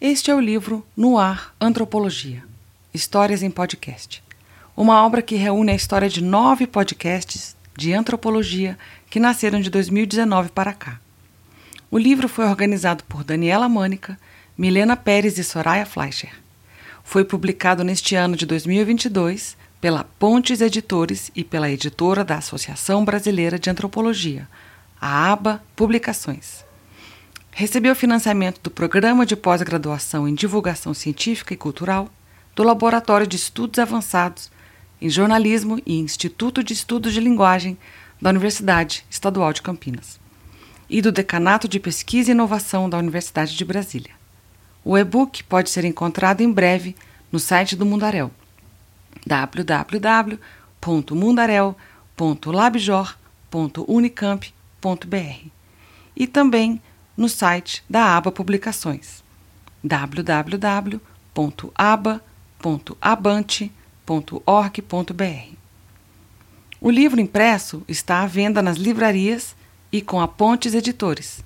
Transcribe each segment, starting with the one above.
Este é o livro No Ar, Antropologia, Histórias em Podcast. Uma obra que reúne a história de 9 podcasts de antropologia que nasceram de 2019 para cá. O livro foi organizado por Daniela Mânica, Milena Pérez e Soraya Fleischer. Foi publicado neste ano de 2022 pela Pontes Editores e pela editora da Associação Brasileira de Antropologia, a ABA Publicações. Recebeu financiamento do Programa de Pós-Graduação em Divulgação Científica e Cultural, do Laboratório de Estudos Avançados em Jornalismo e Instituto de Estudos de Linguagem da Universidade Estadual de Campinas e do Decanato de Pesquisa e Inovação da Universidade de Brasília. O e-book pode ser encontrado em breve no site do Mundaréu, www.mundaréu.labjor.unicamp.br e também no site da ABA Publicações, www.aba.abante.org.br. O livro impresso está à venda nas livrarias e com a Pontes Editores,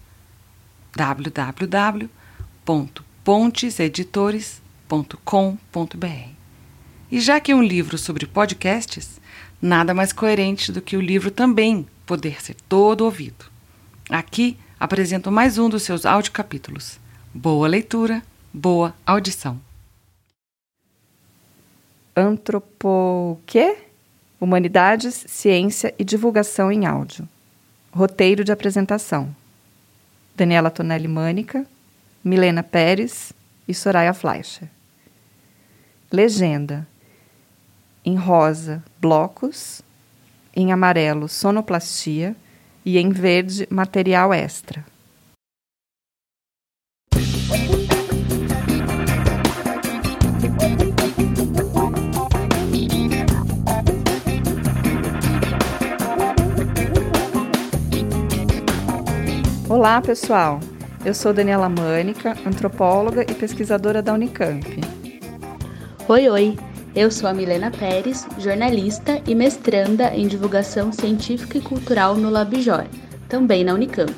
www.ponteseditores.com.br. E já que é um livro sobre podcasts, nada mais coerente do que o livro também poder ser todo ouvido. Aqui apresento mais um dos seus audiocapítulos. Boa leitura, boa audição. Quê? Humanidades, Ciência e Divulgação em Áudio. Roteiro de apresentação. Daniela Tonelli Mânica, Milena Pérez e Soraya Fleischer. Legenda. Em rosa, blocos, em amarelo, sonoplastia e em verde, material extra. Olá, pessoal! Eu sou Daniela Mânica, antropóloga e pesquisadora da Unicamp. Oi! Eu sou a Milena Pérez, jornalista e mestranda em Divulgação Científica e Cultural no LabJor, também na Unicamp.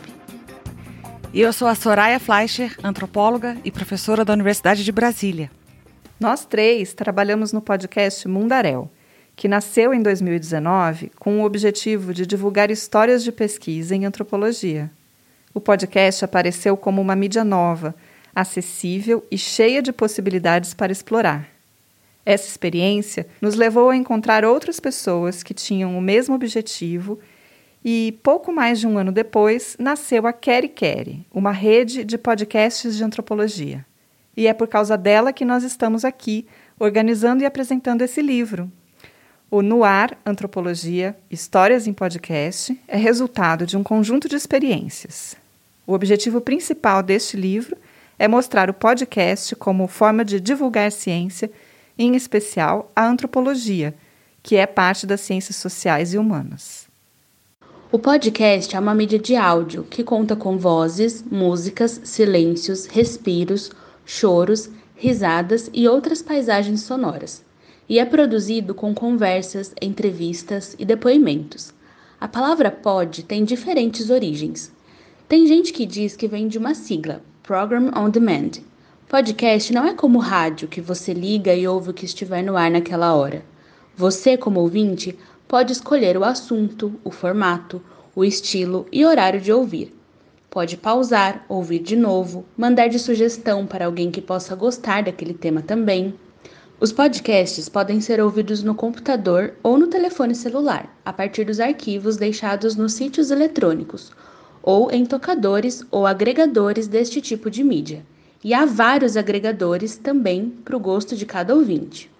E eu sou a Soraya Fleischer, antropóloga e professora da Universidade de Brasília. Nós 3 trabalhamos no podcast Mundaréu, que nasceu em 2019 com o objetivo de divulgar histórias de pesquisa em antropologia. O podcast apareceu como uma mídia nova, acessível e cheia de possibilidades para explorar. Essa experiência nos levou a encontrar outras pessoas que tinham o mesmo objetivo e, pouco mais de um ano depois, nasceu a Queri Queri, uma rede de podcasts de antropologia. E é por causa dela que nós estamos aqui, organizando e apresentando esse livro. O No Ar, Antropologia, Histórias em Podcast, é resultado de um conjunto de experiências. O objetivo principal deste livro é mostrar o podcast como forma de divulgar ciência, em especial a antropologia, que é parte das ciências sociais e humanas. O podcast é uma mídia de áudio que conta com vozes, músicas, silêncios, respiros, choros, risadas e outras paisagens sonoras. E é produzido com conversas, entrevistas e depoimentos. A palavra pod tem diferentes origens. Tem gente que diz que vem de uma sigla, Program on Demand. Podcast não é como rádio, que você liga e ouve o que estiver no ar naquela hora. Você, como ouvinte, pode escolher o assunto, o formato, o estilo e horário de ouvir. Pode pausar, ouvir de novo, mandar de sugestão para alguém que possa gostar daquele tema também. Os podcasts podem ser ouvidos no computador ou no telefone celular, a partir dos arquivos deixados nos sítios eletrônicos, ou em tocadores ou agregadores deste tipo de mídia. E há vários agregadores também para o gosto de cada ouvinte.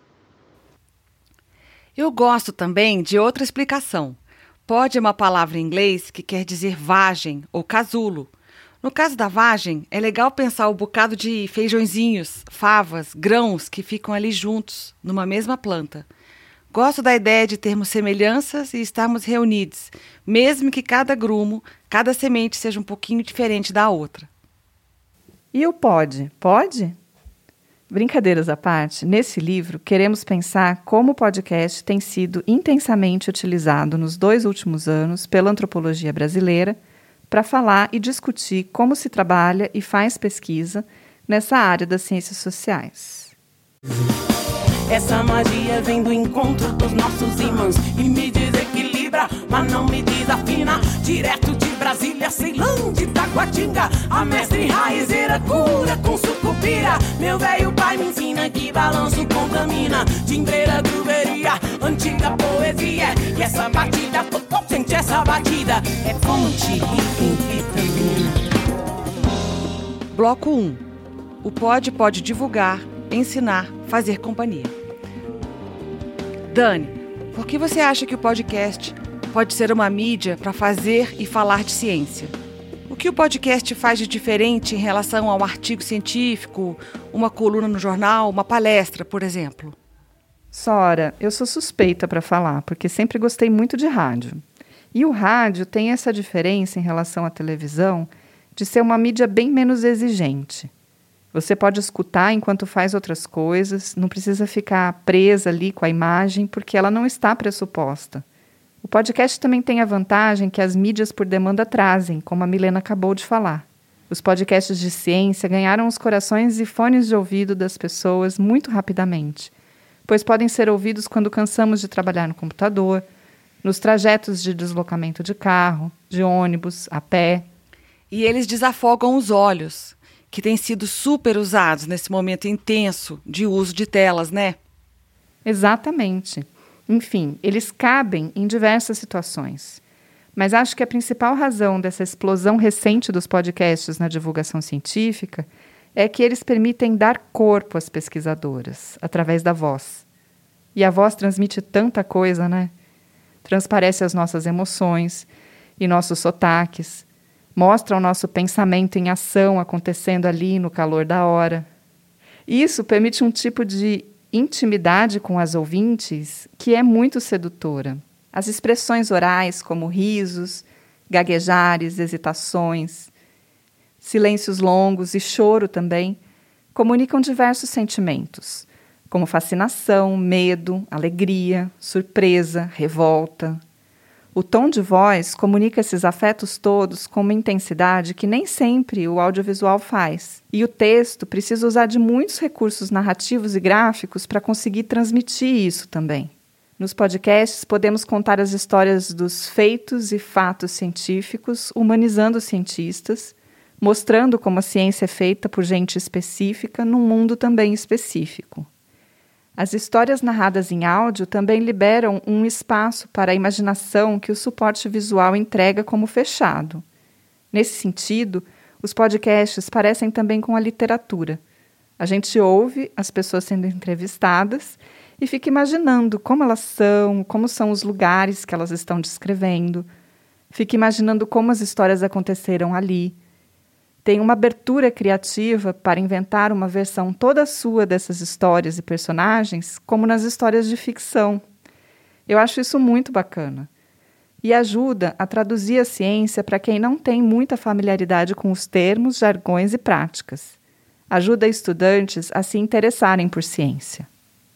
Eu gosto também de outra explicação. Pod é uma palavra em inglês que quer dizer vagem ou casulo. No caso da vagem, é legal pensar o bocado de feijõezinhos, favas, grãos que ficam ali juntos, numa mesma planta. Gosto da ideia de termos semelhanças e estarmos reunidos, mesmo que cada grumo, cada semente seja um pouquinho diferente da outra. E o pod? Pode? Brincadeiras à parte, nesse livro queremos pensar como o podcast tem sido intensamente utilizado nos 2 últimos anos pela antropologia brasileira para falar e discutir como se trabalha e faz pesquisa nessa área das ciências sociais. Essa magia vem do encontro dos nossos imãs e me desequilibra, mas não me desafina. Direto de Brasília, Ceilão, de Taguatinga, a mestre raizeira cura com sucupira. Meu velho pai me ensina que balanço contamina. Timbreira, gruveria, antiga poesia. E essa batida, sente essa batida, é fonte rica em vitamina. Bloco 1. O pode divulgar, ensinar, fazer companhia. Dani, por que você acha que o podcast pode ser uma mídia para fazer e falar de ciência? O que o podcast faz de diferente em relação ao artigo científico, uma coluna no jornal, uma palestra, por exemplo? Sora, eu sou suspeita para falar, porque sempre gostei muito de rádio. E o rádio tem essa diferença em relação à televisão de ser uma mídia bem menos exigente. Você pode escutar enquanto faz outras coisas, não precisa ficar presa ali com a imagem, porque ela não está pressuposta. O podcast também tem a vantagem que as mídias por demanda trazem, como a Milena acabou de falar. Os podcasts de ciência ganharam os corações e fones de ouvido das pessoas muito rapidamente, pois podem ser ouvidos quando cansamos de trabalhar no computador, nos trajetos de deslocamento de carro, de ônibus, a pé. E eles desafogam os olhos, que têm sido super usados nesse momento intenso de uso de telas, né? Exatamente. Enfim, eles cabem em diversas situações. Mas acho que a principal razão dessa explosão recente dos podcasts na divulgação científica é que eles permitem dar corpo às pesquisadoras, através da voz. E a voz transmite tanta coisa, né? Transparece as nossas emoções e nossos sotaques, mostra o nosso pensamento em ação acontecendo ali no calor da hora. Isso permite um tipo de intimidade com as ouvintes que é muito sedutora. As expressões orais, como risos, gaguejares, hesitações, silêncios longos e choro também, comunicam diversos sentimentos, como fascinação, medo, alegria, surpresa, revolta. O tom de voz comunica esses afetos todos com uma intensidade que nem sempre o audiovisual faz. E o texto precisa usar de muitos recursos narrativos e gráficos para conseguir transmitir isso também. Nos podcasts, podemos contar as histórias dos feitos e fatos científicos, humanizando os cientistas, mostrando como a ciência é feita por gente específica num mundo também específico. As histórias narradas em áudio também liberam um espaço para a imaginação que o suporte visual entrega como fechado. Nesse sentido, os podcasts parecem também com a literatura. A gente ouve as pessoas sendo entrevistadas e fica imaginando como elas são, como são os lugares que elas estão descrevendo. Fica imaginando como as histórias aconteceram ali. Tem uma abertura criativa para inventar uma versão toda sua dessas histórias e personagens, como nas histórias de ficção. Eu acho isso muito bacana. E ajuda a traduzir a ciência para quem não tem muita familiaridade com os termos, jargões e práticas. Ajuda estudantes a se interessarem por ciência.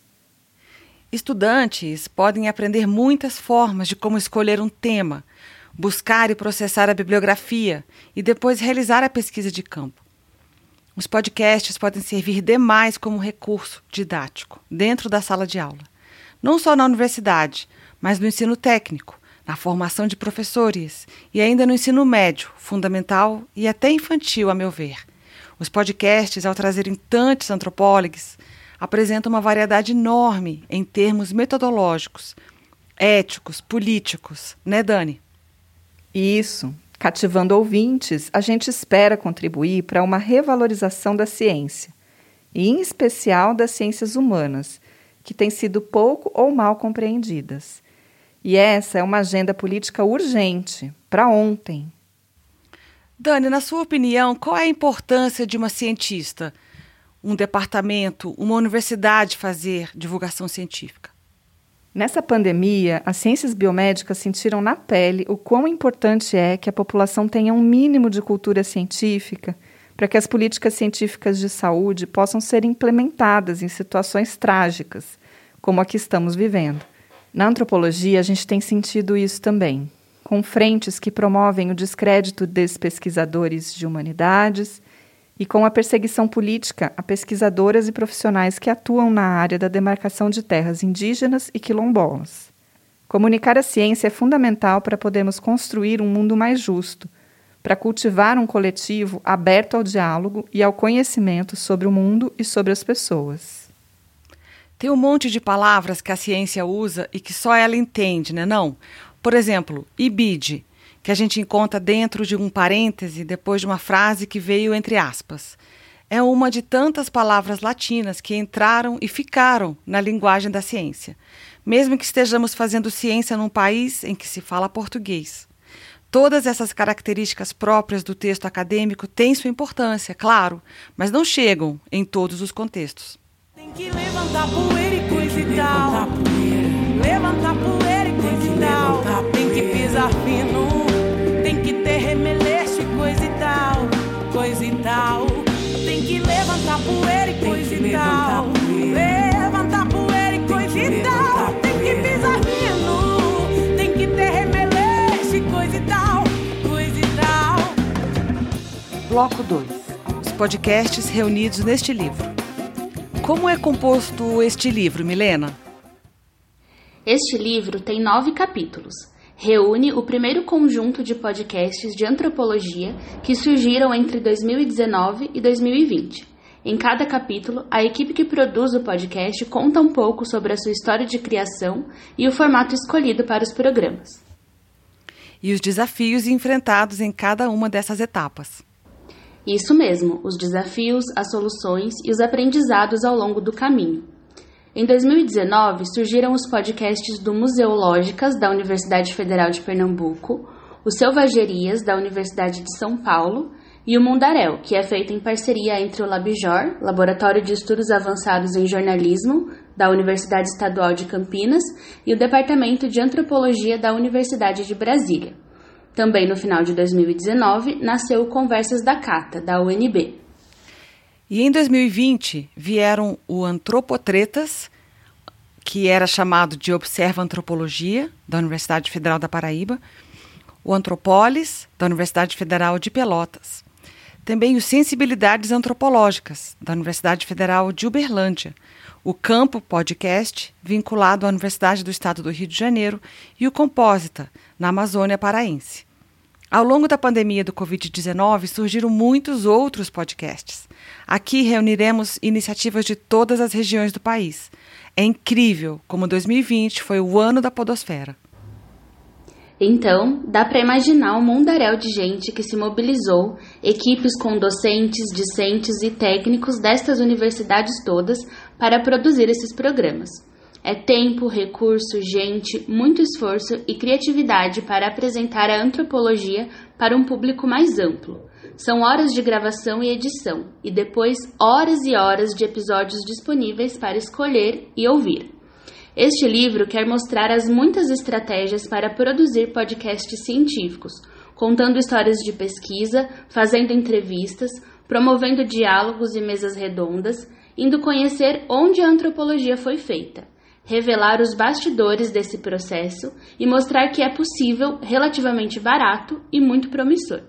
Estudantes podem aprender muitas formas de como escolher um tema, buscar e processar a bibliografia e depois realizar a pesquisa de campo. Os podcasts podem servir demais como recurso didático dentro da sala de aula, não só na universidade, mas no ensino técnico, na formação de professores e ainda no ensino médio, fundamental e até infantil, a meu ver. Os podcasts, ao trazerem tantos antropólogos, apresentam uma variedade enorme em termos metodológicos, éticos, políticos, né, Dani? Isso. Cativando ouvintes, a gente espera contribuir para uma revalorização da ciência, e em especial das ciências humanas, que têm sido pouco ou mal compreendidas. E essa é uma agenda política urgente, para ontem. Dani, na sua opinião, qual é a importância de uma cientista, um departamento, uma universidade fazer divulgação científica? Nessa pandemia, as ciências biomédicas sentiram na pele o quão importante é que a população tenha um mínimo de cultura científica para que as políticas científicas de saúde possam ser implementadas em situações trágicas, como a que estamos vivendo. Na antropologia, a gente tem sentido isso também, com frentes que promovem o descrédito desses pesquisadores de humanidades e com a perseguição política a pesquisadoras e profissionais que atuam na área da demarcação de terras indígenas e quilombolas. Comunicar a ciência é fundamental para podermos construir um mundo mais justo, para cultivar um coletivo aberto ao diálogo e ao conhecimento sobre o mundo e sobre as pessoas. Tem um monte de palavras que a ciência usa e que só ela entende, né, não? Por exemplo, IBID, que a gente encontra dentro de um parêntese depois de uma frase que veio entre aspas. É uma de tantas palavras latinas que entraram e ficaram na linguagem da ciência, mesmo que estejamos fazendo ciência num país em que se fala português. Todas essas características próprias do texto acadêmico têm sua importância, claro, mas não chegam em todos os contextos. Tem que levantar poeira e coisa e tal. Levantar poeira e coisa e tal. Tem que pisar fino. Tem que ter remeleixo e coisa e tal. Coisa e tal. Tem que levantar poeira e coisa e tal. Levantar poeira e coisa e tal. Tem que pisar fino. Tem que ter remeleixo e coisa e tal. Coisa e tal. Bloco 2. Os podcasts reunidos neste livro. Como é composto este livro, Milena? Este livro tem 9 capítulos. Reúne o primeiro conjunto de podcasts de antropologia que surgiram entre 2019 e 2020. Em cada capítulo, a equipe que produz o podcast conta um pouco sobre a sua história de criação e o formato escolhido para os programas. E os desafios enfrentados em cada uma dessas etapas. Isso mesmo, os desafios, as soluções e os aprendizados ao longo do caminho. Em 2019, surgiram os podcasts do Museológicas, da Universidade Federal de Pernambuco, o Selvagerias, da Universidade de São Paulo, e o Mundaréu, que é feito em parceria entre o Labjor, Laboratório de Estudos Avançados em Jornalismo, da Universidade Estadual de Campinas, e o Departamento de Antropologia da Universidade de Brasília. Também no final de 2019, nasceu o Conversas da Cata, da UNB. E em 2020 vieram o Antropotretas, que era chamado de Observa Antropologia, da Universidade Federal da Paraíba, o Antropólis, da Universidade Federal de Pelotas. Também o Sensibilidades Antropológicas, da Universidade Federal de Uberlândia, o Campo Podcast, vinculado à Universidade do Estado do Rio de Janeiro, e o Compósita, na Amazônia Paraense. Ao longo da pandemia do Covid-19, surgiram muitos outros podcasts. Aqui reuniremos iniciativas de todas as regiões do país. É incrível como 2020 foi o ano da podosfera. Então, dá para imaginar um mundaréu de gente que se mobilizou, equipes com docentes, discentes e técnicos destas universidades todas para produzir esses programas. É tempo, recurso, gente, muito esforço e criatividade para apresentar a antropologia para um público mais amplo. São horas de gravação e edição, e depois horas e horas de episódios disponíveis para escolher e ouvir. Este livro quer mostrar as muitas estratégias para produzir podcasts científicos, contando histórias de pesquisa, fazendo entrevistas, promovendo diálogos e mesas redondas, indo conhecer onde a antropologia foi feita, revelar os bastidores desse processo e mostrar que é possível, relativamente barato e muito promissor.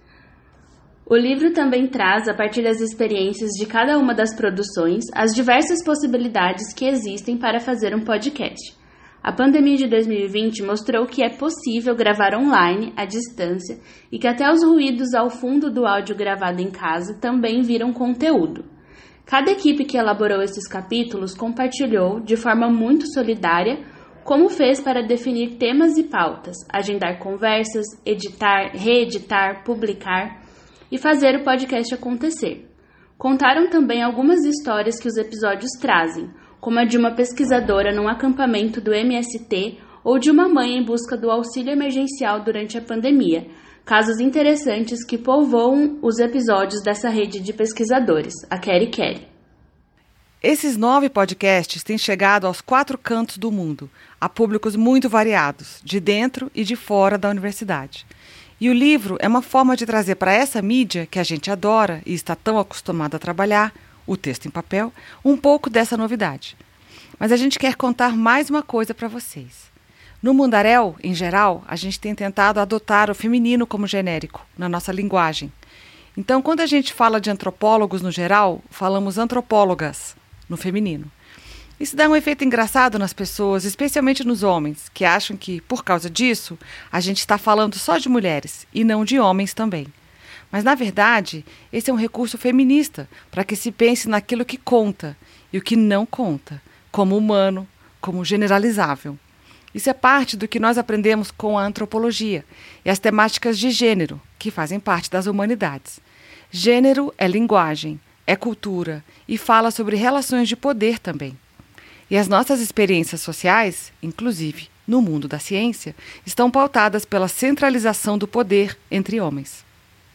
O livro também traz, a partir das experiências de cada uma das produções, as diversas possibilidades que existem para fazer um podcast. A pandemia de 2020 mostrou que é possível gravar online, à distância, e que até os ruídos ao fundo do áudio gravado em casa também viram conteúdo. Cada equipe que elaborou esses capítulos compartilhou, de forma muito solidária, como fez para definir temas e pautas, agendar conversas, editar, reeditar, publicar e fazer o podcast acontecer. Contaram também algumas histórias que os episódios trazem, como a de uma pesquisadora num acampamento do MST ou de uma mãe em busca do auxílio emergencial durante a pandemia, casos interessantes que povoam os episódios dessa rede de pesquisadores, a Quere. Esses 9 podcasts têm chegado aos 4 cantos do mundo, a públicos muito variados, de dentro e de fora da universidade. E o livro é uma forma de trazer para essa mídia, que a gente adora e está tão acostumado a trabalhar, o texto em papel, um pouco dessa novidade. Mas a gente quer contar mais uma coisa para vocês. No Mundaréu, em geral, a gente tem tentado adotar o feminino como genérico na nossa linguagem. Então, quando a gente fala de antropólogos no geral, falamos antropólogas no feminino. Isso dá um efeito engraçado nas pessoas, especialmente nos homens, que acham que, por causa disso, a gente está falando só de mulheres e não de homens também. Mas, na verdade, esse é um recurso feminista para que se pense naquilo que conta e o que não conta, como humano, como generalizável. Isso é parte do que nós aprendemos com a antropologia e as temáticas de gênero, que fazem parte das humanidades. Gênero é linguagem, é cultura e fala sobre relações de poder também. E as nossas experiências sociais, inclusive no mundo da ciência, estão pautadas pela centralização do poder entre homens.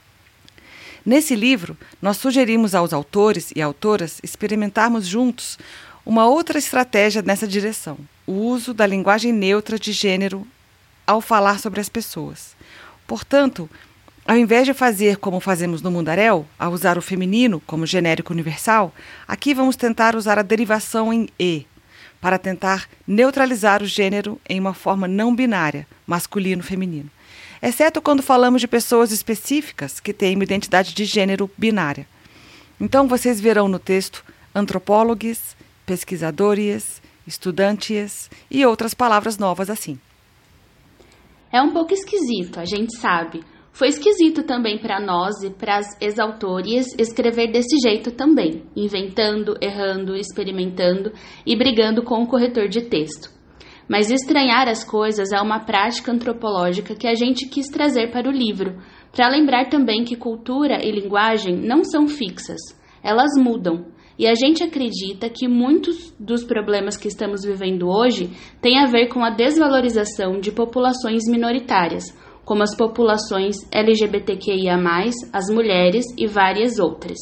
Nesse livro, nós sugerimos aos autores e autoras experimentarmos juntos uma outra estratégia nessa direção, o uso da linguagem neutra de gênero ao falar sobre as pessoas. Portanto, ao invés de fazer como fazemos no Mundaréu, a usar o feminino como genérico universal, aqui vamos tentar usar a derivação em E, para tentar neutralizar o gênero em uma forma não binária, masculino-feminino. Exceto quando falamos de pessoas específicas que têm uma identidade de gênero binária. Então vocês verão no texto antropólogos, pesquisadores, estudantes e outras palavras novas assim. É um pouco esquisito, a gente sabe. Foi esquisito também para nós e para as ex-autores escrever desse jeito também, inventando, errando, experimentando e brigando com o corretor de texto. Mas estranhar as coisas é uma prática antropológica que a gente quis trazer para o livro, para lembrar também que cultura e linguagem não são fixas, elas mudam. E a gente acredita que muitos dos problemas que estamos vivendo hoje têm a ver com a desvalorização de populações minoritárias, como as populações LGBTQIA+, as mulheres e várias outras.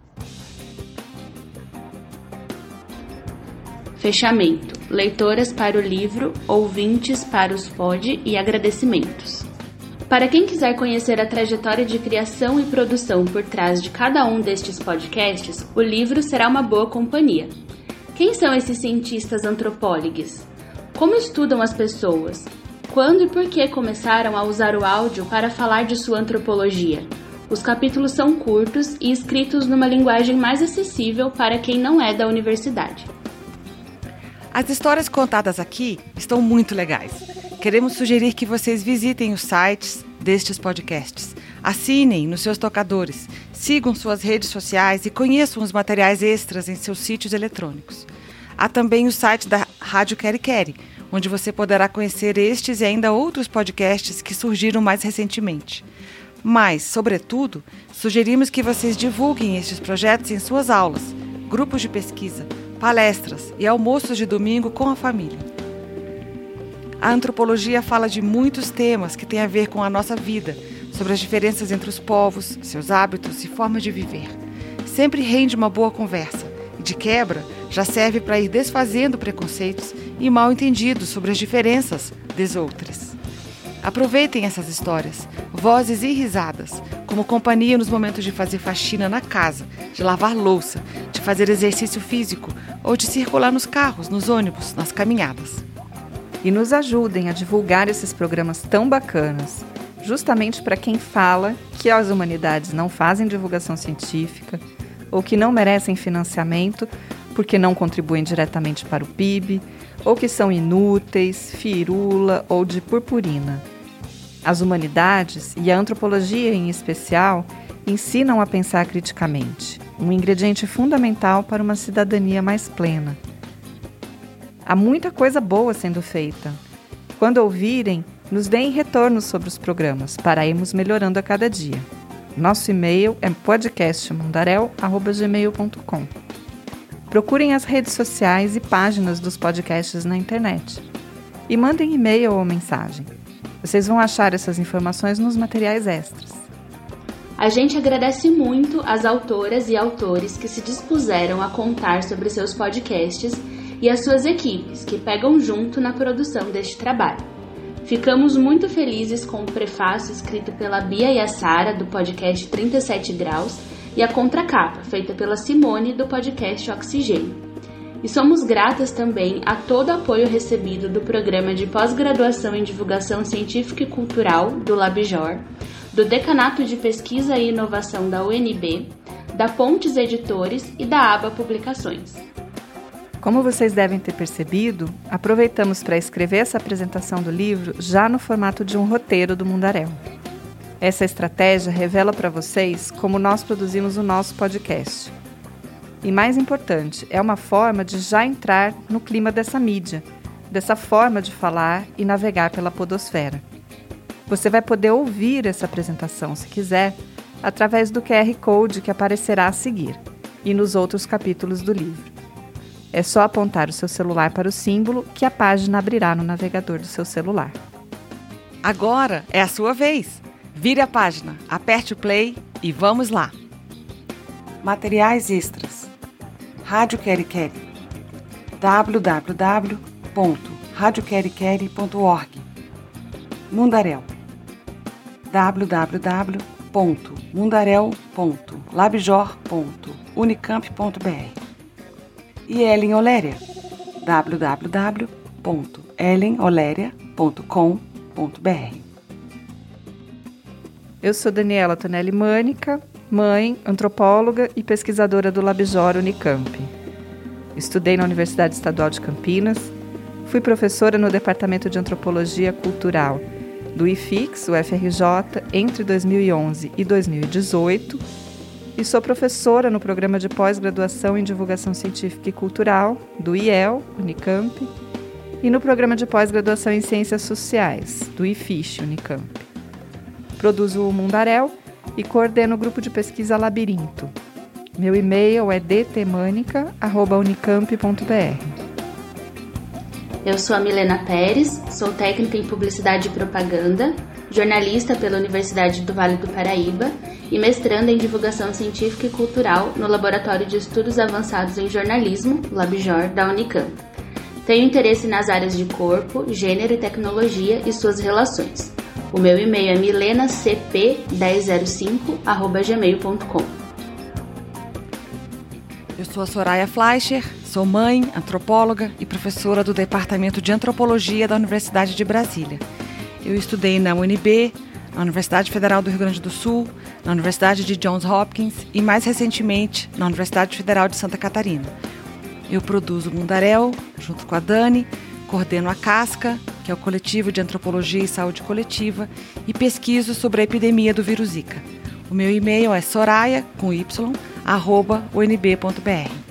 Fechamento. Leitoras para o livro, ouvintes para os pod e agradecimentos. Para quem quiser conhecer a trajetória de criação e produção por trás de cada um destes podcasts, o livro será uma boa companhia. Quem são esses cientistas antropólogos? Como estudam as pessoas? Quando e por que começaram a usar o áudio para falar de sua antropologia? Os capítulos são curtos e escritos numa linguagem mais acessível para quem não é da universidade. As histórias contadas aqui estão muito legais. Queremos sugerir que vocês visitem os sites destes podcasts, assinem nos seus tocadores, sigam suas redes sociais e conheçam os materiais extras em seus sítios eletrônicos. Há também o site da Rádio Queri Queri, onde você poderá conhecer estes e ainda outros podcasts que surgiram mais recentemente. Mas, sobretudo, sugerimos que vocês divulguem estes projetos em suas aulas, grupos de pesquisa, palestras e almoços de domingo com a família. A antropologia fala de muitos temas que têm a ver com a nossa vida, sobre as diferenças entre os povos, seus hábitos e formas de viver. Sempre rende uma boa conversa e, de quebra, já serve para ir desfazendo preconceitos e mal-entendidos sobre as diferenças das outras. Aproveitem essas histórias, vozes e risadas, como companhia nos momentos de fazer faxina na casa, de lavar louça, de fazer exercício físico ou de circular nos carros, nos ônibus, nas caminhadas. E nos ajudem a divulgar esses programas tão bacanas, justamente para quem fala que as humanidades não fazem divulgação científica ou que não merecem financiamento porque não contribuem diretamente para o PIB, ou que são inúteis, firula ou de purpurina. As humanidades, e a antropologia em especial, ensinam a pensar criticamente, um ingrediente fundamental para uma cidadania mais plena. Há muita coisa boa sendo feita. Quando ouvirem, nos deem retornos sobre os programas, para irmos melhorando a cada dia. Nosso e-mail é podcastmundarel@gmail.com. Procurem as redes sociais e páginas dos podcasts na internet. E mandem e-mail ou mensagem. Vocês vão achar essas informações nos materiais extras. A gente agradece muito às autoras e autores que se dispuseram a contar sobre seus podcasts e às suas equipes que pegam junto na produção deste trabalho. Ficamos muito felizes com o prefácio escrito pela Bia e a Sara, do podcast 37 Graus, e a contracapa, feita pela Simone, do podcast Oxigênio. E somos gratas também a todo o apoio recebido do Programa de Pós-Graduação em Divulgação Científica e Cultural, do LabJOR, do Decanato de Pesquisa e Inovação da UNB, da Pontes Editores e da aba Publicações. Como vocês devem ter percebido, aproveitamos para escrever essa apresentação do livro já no formato de um roteiro do Mundaréu. Essa estratégia revela para vocês como nós produzimos o nosso podcast. E mais importante, é uma forma de já entrar no clima dessa mídia, dessa forma de falar e navegar pela podosfera. Você vai poder ouvir essa apresentação, se quiser, através do QR Code que aparecerá a seguir e nos outros capítulos do livro. É só apontar o seu celular para o símbolo que a página abrirá no navegador do seu celular. Agora é a sua vez! Vire a página, aperte o play e vamos lá! Materiais extras. Rádio Queri Queri. www.radioqueriqueri.org. Mundaréu. www.mundaréu.labjor.unicamp.br. E Ellen Oléria. www.ellenoleria.com.br. Eu sou Daniela Tonelli Mânica, mãe, antropóloga e pesquisadora do Labjor Unicamp. Estudei na Universidade Estadual de Campinas, fui professora no Departamento de Antropologia Cultural do IFIX, UFRJ, entre 2011 e 2018, e sou professora no Programa de Pós-Graduação em Divulgação Científica e Cultural do IEL, Unicamp, e no Programa de Pós-Graduação em Ciências Sociais do IFISH, Unicamp. Produzo o Mundaréu e coordeno o grupo de pesquisa Labirinto. Meu e-mail é dtmanica@unicamp.br. Eu sou a Milena Pérez, sou técnica em Publicidade e Propaganda, jornalista pela Universidade do Vale do Paraíba e mestranda em Divulgação Científica e Cultural no Laboratório de Estudos Avançados em Jornalismo, LabJOR, da Unicamp. Tenho interesse nas áreas de corpo, gênero e tecnologia e suas relações. O meu e-mail é milenacp1005@gmail.com. Eu sou a Soraya Fleischer, sou mãe, antropóloga e professora do Departamento de Antropologia da Universidade de Brasília. Eu estudei na UNB, na Universidade Federal do Rio Grande do Sul, na Universidade de Johns Hopkins e, mais recentemente, na Universidade Federal de Santa Catarina. Eu produzo o Mundaréu, junto com a Dani, coordeno a Casca, que é o Coletivo de Antropologia e Saúde Coletiva, e pesquiso sobre a epidemia do vírus Zika. O meu e-mail é soraya.unb.br.